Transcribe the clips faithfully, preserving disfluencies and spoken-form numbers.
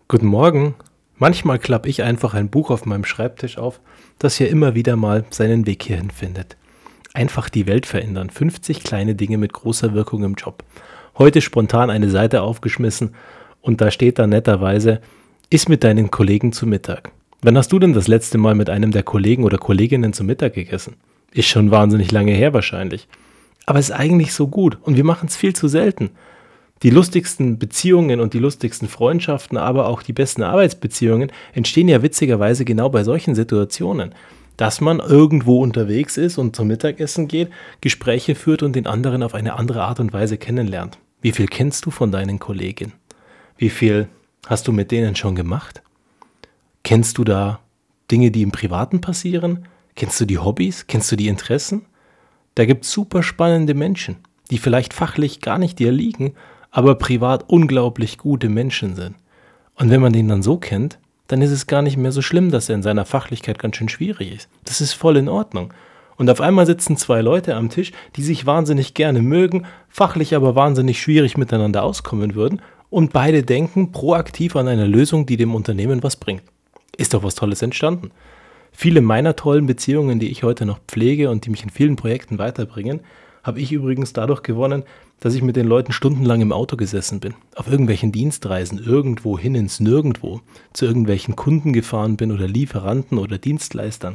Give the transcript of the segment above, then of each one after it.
Guten Morgen. Manchmal klappe ich einfach ein Buch auf meinem Schreibtisch auf, das hier immer wieder mal seinen Weg hierhin findet. Einfach die Welt verändern. fünfzig kleine Dinge mit großer Wirkung im Job. Heute spontan eine Seite aufgeschmissen und da steht dann netterweise: Iss mit deinen Kollegen zu Mittag. Wann hast du denn das letzte Mal mit einem der Kollegen oder Kolleginnen zu Mittag gegessen? Ist schon wahnsinnig lange her wahrscheinlich. Aber es ist eigentlich so gut und wir machen es viel zu selten. Die lustigsten Beziehungen und die lustigsten Freundschaften, aber auch die besten Arbeitsbeziehungen entstehen ja witzigerweise genau bei solchen Situationen. Dass man irgendwo unterwegs ist und zum Mittagessen geht, Gespräche führt und den anderen auf eine andere Art und Weise kennenlernt. Wie viel kennst du von deinen Kollegen? Wie viel hast du mit denen schon gemacht? Kennst du da Dinge, die im Privaten passieren? Kennst du die Hobbys? Kennst du die Interessen? Da gibt es super spannende Menschen, die vielleicht fachlich gar nicht dir liegen, aber privat unglaublich gute Menschen sind. Und wenn man den dann so kennt, dann ist es gar nicht mehr so schlimm, dass er in seiner Fachlichkeit ganz schön schwierig ist. Das ist voll in Ordnung. Und auf einmal sitzen zwei Leute am Tisch, die sich wahnsinnig gerne mögen, fachlich aber wahnsinnig schwierig miteinander auskommen würden und beide denken proaktiv an einer Lösung, die dem Unternehmen was bringt. Ist doch was Tolles entstanden. Viele meiner tollen Beziehungen, die ich heute noch pflege und die mich in vielen Projekten weiterbringen, habe ich übrigens dadurch gewonnen, dass ich mit den Leuten stundenlang im Auto gesessen bin, auf irgendwelchen Dienstreisen, irgendwo hin ins Nirgendwo, zu irgendwelchen Kunden gefahren bin oder Lieferanten oder Dienstleistern.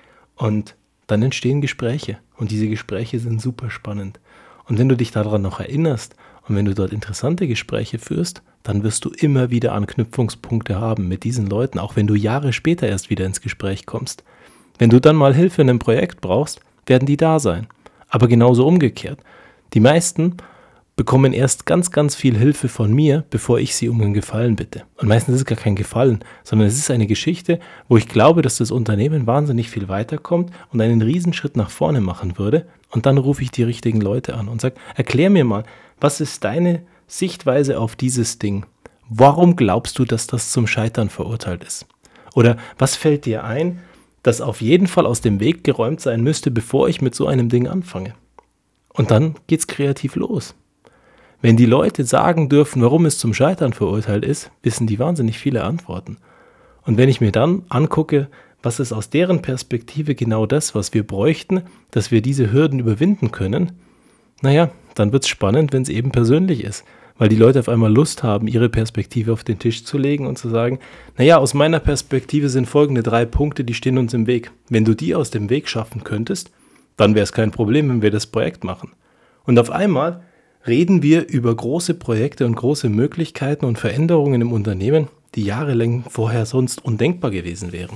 Und dann entstehen Gespräche und diese Gespräche sind super spannend. Und wenn du dich daran noch erinnerst und wenn du dort interessante Gespräche führst, dann wirst du immer wieder Anknüpfungspunkte haben mit diesen Leuten, auch wenn du Jahre später erst wieder ins Gespräch kommst. Wenn du dann mal Hilfe in einem Projekt brauchst, werden die da sein. Aber genauso umgekehrt. Die meisten bekommen erst ganz, ganz viel Hilfe von mir, bevor ich sie um einen Gefallen bitte. Und meistens ist es gar kein Gefallen, sondern es ist eine Geschichte, wo ich glaube, dass das Unternehmen wahnsinnig viel weiterkommt und einen Riesenschritt nach vorne machen würde. Und dann rufe ich die richtigen Leute an und sage: Erklär mir mal, was ist deine Sichtweise auf dieses Ding? Warum glaubst du, dass das zum Scheitern verurteilt ist? Oder was fällt dir ein, das auf jeden Fall aus dem Weg geräumt sein müsste, bevor ich mit so einem Ding anfange? Und dann geht's kreativ los. Wenn die Leute sagen dürfen, warum es zum Scheitern verurteilt ist, wissen die wahnsinnig viele Antworten. Und wenn ich mir dann angucke, was ist aus deren Perspektive genau das, was wir bräuchten, dass wir diese Hürden überwinden können, naja, dann wird's spannend, wenn es eben persönlich ist. Weil die Leute auf einmal Lust haben, ihre Perspektive auf den Tisch zu legen und zu sagen: Naja, aus meiner Perspektive sind folgende drei Punkte, die stehen uns im Weg. Wenn du die aus dem Weg schaffen könntest, dann wäre es kein Problem, wenn wir das Projekt machen. Und auf einmal reden wir über große Projekte und große Möglichkeiten und Veränderungen im Unternehmen, die jahrelang vorher sonst undenkbar gewesen wären.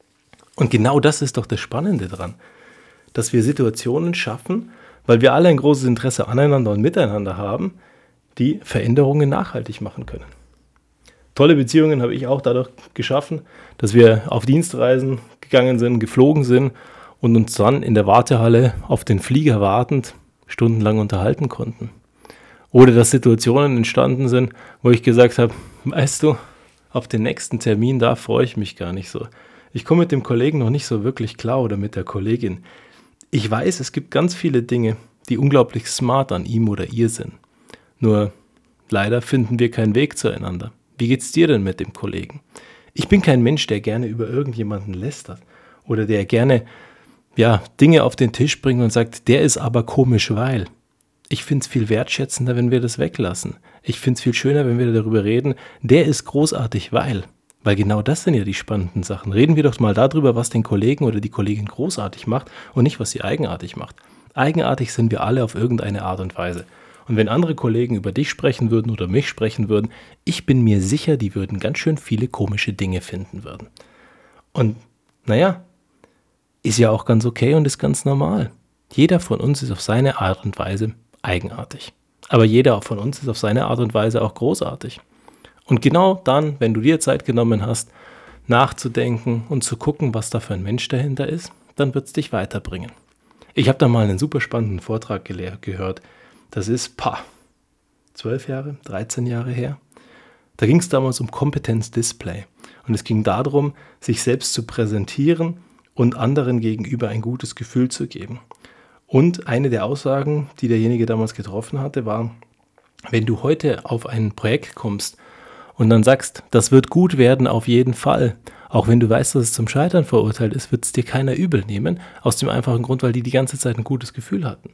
Und genau das ist doch das Spannende dran, dass wir Situationen schaffen, weil wir alle ein großes Interesse aneinander und miteinander haben, die Veränderungen nachhaltig machen können. Tolle Beziehungen habe ich auch dadurch geschaffen, dass wir auf Dienstreisen gegangen sind, geflogen sind und uns dann in der Wartehalle auf den Flieger wartend stundenlang unterhalten konnten. Oder dass Situationen entstanden sind, wo ich gesagt habe: Weißt du, auf den nächsten Termin, da freue ich mich gar nicht so. Ich komme mit dem Kollegen noch nicht so wirklich klar oder mit der Kollegin. Ich weiß, es gibt ganz viele Dinge, die unglaublich smart an ihm oder ihr sind. Nur leider finden wir keinen Weg zueinander. Wie geht's dir denn mit dem Kollegen? Ich bin kein Mensch, der gerne über irgendjemanden lästert oder der gerne ja, Dinge auf den Tisch bringt und sagt: Der ist aber komisch, weil. Ich finde es viel wertschätzender, wenn wir das weglassen. Ich finde es viel schöner, wenn wir darüber reden: Der ist großartig, weil. Weil genau das sind ja die spannenden Sachen. Reden wir doch mal darüber, was den Kollegen oder die Kollegin großartig macht und nicht, was sie eigenartig macht. Eigenartig sind wir alle auf irgendeine Art und Weise. Und wenn andere Kollegen über dich sprechen würden oder mich sprechen würden, ich bin mir sicher, die würden ganz schön viele komische Dinge finden würden. Und naja, ist ja auch ganz okay und ist ganz normal. Jeder von uns ist auf seine Art und Weise eigenartig. Aber jeder von uns ist auf seine Art und Weise auch großartig. Und genau dann, wenn du dir Zeit genommen hast, nachzudenken und zu gucken, was da für ein Mensch dahinter ist, dann wird es dich weiterbringen. Ich habe da mal einen super spannenden Vortrag gele- gehört. Das ist, pah, zwölf Jahre, dreizehn Jahre her. Da ging es damals um Kompetenzdisplay. Und es ging darum, sich selbst zu präsentieren und anderen gegenüber ein gutes Gefühl zu geben. Und eine der Aussagen, die derjenige damals getroffen hatte, war: Wenn du heute auf ein Projekt kommst und dann sagst, das wird gut werden auf jeden Fall, auch wenn du weißt, dass es zum Scheitern verurteilt ist, wird es dir keiner übel nehmen, aus dem einfachen Grund, weil die die ganze Zeit ein gutes Gefühl hatten.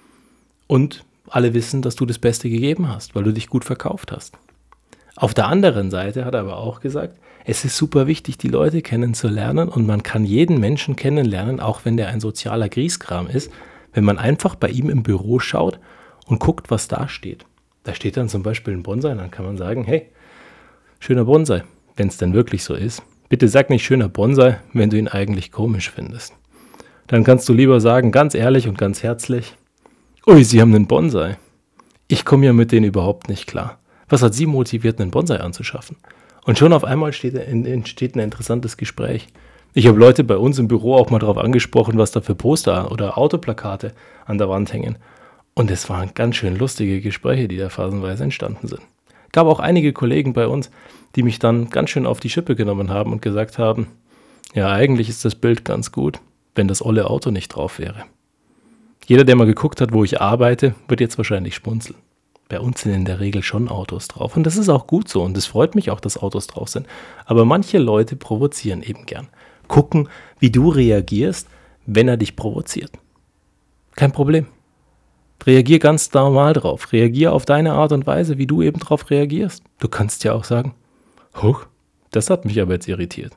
Und alle wissen, dass du das Beste gegeben hast, weil du dich gut verkauft hast. Auf der anderen Seite hat er aber auch gesagt, es ist super wichtig, die Leute kennenzulernen und man kann jeden Menschen kennenlernen, auch wenn der ein sozialer Grieskram ist, wenn man einfach bei ihm im Büro schaut und guckt, was da steht. Da steht dann zum Beispiel ein Bonsai, dann kann man sagen, hey, schöner Bonsai, wenn es denn wirklich so ist. Bitte sag nicht schöner Bonsai, wenn du ihn eigentlich komisch findest. Dann kannst du lieber sagen, ganz ehrlich und ganz herzlich, ui, Sie haben einen Bonsai. Ich komme ja mit denen überhaupt nicht klar. Was hat Sie motiviert, einen Bonsai anzuschaffen? Und schon auf einmal steht, entsteht ein interessantes Gespräch. Ich habe Leute bei uns im Büro auch mal darauf angesprochen, was da für Poster oder Autoplakate an der Wand hängen. Und es waren ganz schön lustige Gespräche, die da phasenweise entstanden sind. Gab auch einige Kollegen bei uns, die mich dann ganz schön auf die Schippe genommen haben und gesagt haben, ja, eigentlich ist das Bild ganz gut, wenn das olle Auto nicht drauf wäre. Jeder, der mal geguckt hat, wo ich arbeite, wird jetzt wahrscheinlich schmunzeln. Bei uns sind in der Regel schon Autos drauf und das ist auch gut so und es freut mich auch, dass Autos drauf sind. Aber manche Leute provozieren eben gern. Gucken, wie du reagierst, wenn er dich provoziert. Kein Problem. Reagier ganz normal drauf. Reagier auf deine Art und Weise, wie du eben drauf reagierst. Du kannst ja auch sagen, huch, das hat mich aber jetzt irritiert.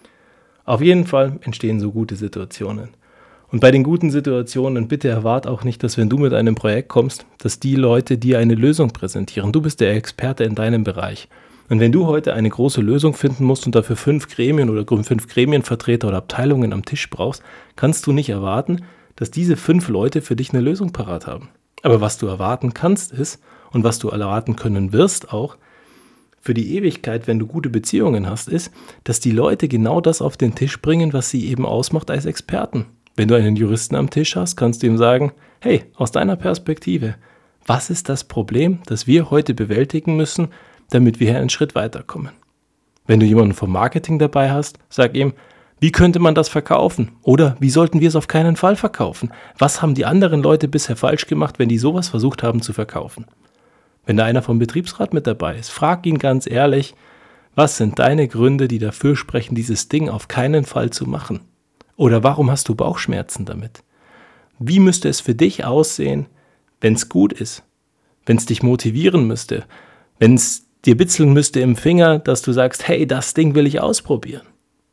Auf jeden Fall entstehen so gute Situationen. Und bei den guten Situationen, bitte erwart auch nicht, dass wenn du mit einem Projekt kommst, dass die Leute dir eine Lösung präsentieren. Du bist der Experte in deinem Bereich. Und wenn du heute eine große Lösung finden musst und dafür fünf Gremien oder fünf Gremienvertreter oder Abteilungen am Tisch brauchst, kannst du nicht erwarten, dass diese fünf Leute für dich eine Lösung parat haben. Aber was du erwarten kannst ist, und was du erwarten können wirst auch, für die Ewigkeit, wenn du gute Beziehungen hast, ist, dass die Leute genau das auf den Tisch bringen, was sie eben ausmacht als Experten. Wenn du einen Juristen am Tisch hast, kannst du ihm sagen, hey, aus deiner Perspektive, was ist das Problem, das wir heute bewältigen müssen, damit wir hier einen Schritt weiterkommen? Wenn du jemanden vom Marketing dabei hast, sag ihm, wie könnte man das verkaufen? Oder wie sollten wir es auf keinen Fall verkaufen? Was haben die anderen Leute bisher falsch gemacht, wenn die sowas versucht haben zu verkaufen? Wenn da einer vom Betriebsrat mit dabei ist, frag ihn ganz ehrlich, was sind deine Gründe, die dafür sprechen, dieses Ding auf keinen Fall zu machen? Oder warum hast du Bauchschmerzen damit? Wie müsste es für dich aussehen, wenn es gut ist? Wenn es dich motivieren müsste? Wenn es dir bitzeln müsste im Finger, dass du sagst, hey, das Ding will ich ausprobieren?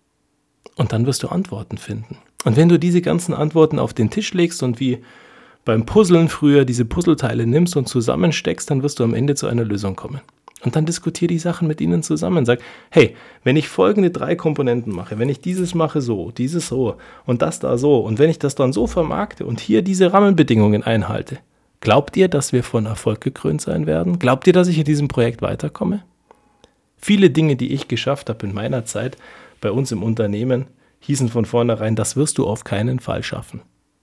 Und dann wirst du Antworten finden. Und wenn du diese ganzen Antworten auf den Tisch legst und wie beim Puzzeln früher diese Puzzleteile nimmst und zusammensteckst, dann wirst du am Ende zu einer Lösung kommen. Und dann diskutier die Sachen mit ihnen zusammen. Sag, hey, wenn ich folgende drei Komponenten mache, wenn ich dieses mache so, dieses so und das da so und wenn ich das dann so vermarkte und hier diese Rahmenbedingungen einhalte, glaubt ihr, dass wir von Erfolg gekrönt sein werden? Glaubt ihr, dass ich in diesem Projekt weiterkomme? Viele Dinge, die ich geschafft habe in meiner Zeit bei uns im Unternehmen, hießen von vornherein, das wirst du auf keinen Fall schaffen.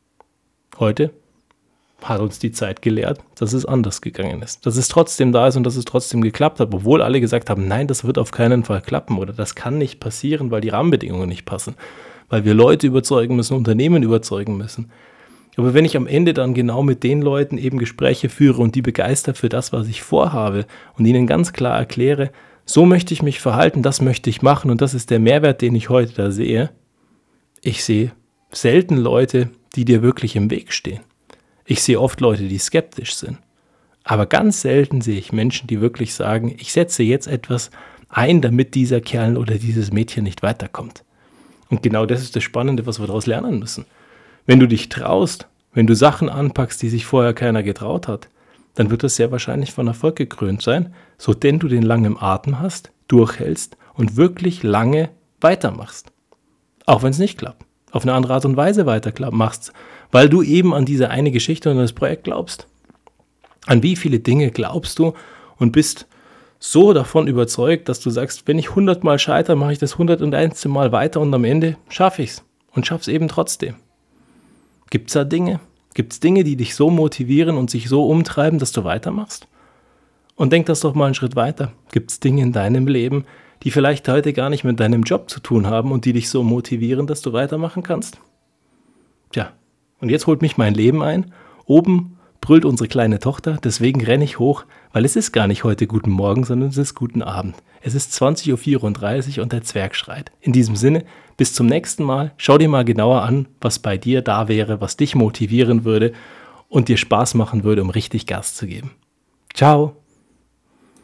Heute hat uns die Zeit gelehrt, dass es anders gegangen ist. Dass es trotzdem da ist und dass es trotzdem geklappt hat, obwohl alle gesagt haben, nein, das wird auf keinen Fall klappen oder das kann nicht passieren, weil die Rahmenbedingungen nicht passen, weil wir Leute überzeugen müssen, Unternehmen überzeugen müssen. Aber wenn ich am Ende dann genau mit den Leuten eben Gespräche führe und die begeister für das, was ich vorhabe und ihnen ganz klar erkläre, so möchte ich mich verhalten, das möchte ich machen und das ist der Mehrwert, den ich heute da sehe, ich sehe selten Leute, die dir wirklich im Weg stehen. Ich sehe oft Leute, die skeptisch sind. Aber ganz selten sehe ich Menschen, die wirklich sagen, ich setze jetzt etwas ein, damit dieser Kerl oder dieses Mädchen nicht weiterkommt. Und genau das ist das Spannende, was wir daraus lernen müssen. Wenn du dich traust, wenn du Sachen anpackst, die sich vorher keiner getraut hat, dann wird das sehr wahrscheinlich von Erfolg gekrönt sein, so denn du den langen Atem hast, durchhältst und wirklich lange weitermachst. Auch wenn es nicht klappt. Auf eine andere Art und Weise weitermachst, weil du eben an diese eine Geschichte und das Projekt glaubst. An wie viele Dinge glaubst du und bist so davon überzeugt, dass du sagst, wenn ich hundertmal scheitere, mache ich das hundertundeinste Mal weiter und am Ende schaffe ich es und schaffe es eben trotzdem. Gibt es da Dinge? Gibt es Dinge, die dich so motivieren und sich so umtreiben, dass du weitermachst? Und denk das doch mal einen Schritt weiter. Gibt es Dinge in deinem Leben, die vielleicht heute gar nicht mit deinem Job zu tun haben und die dich so motivieren, dass du weitermachen kannst? Tja, und jetzt holt mich mein Leben ein. Oben brüllt unsere kleine Tochter, deswegen renne ich hoch, weil es ist gar nicht heute guten Morgen, sondern es ist guten Abend. Es ist zwanzig Uhr vierunddreißig und der Zwerg schreit. In diesem Sinne, bis zum nächsten Mal. Schau dir mal genauer an, was bei dir da wäre, was dich motivieren würde und dir Spaß machen würde, um richtig Gas zu geben. Ciao!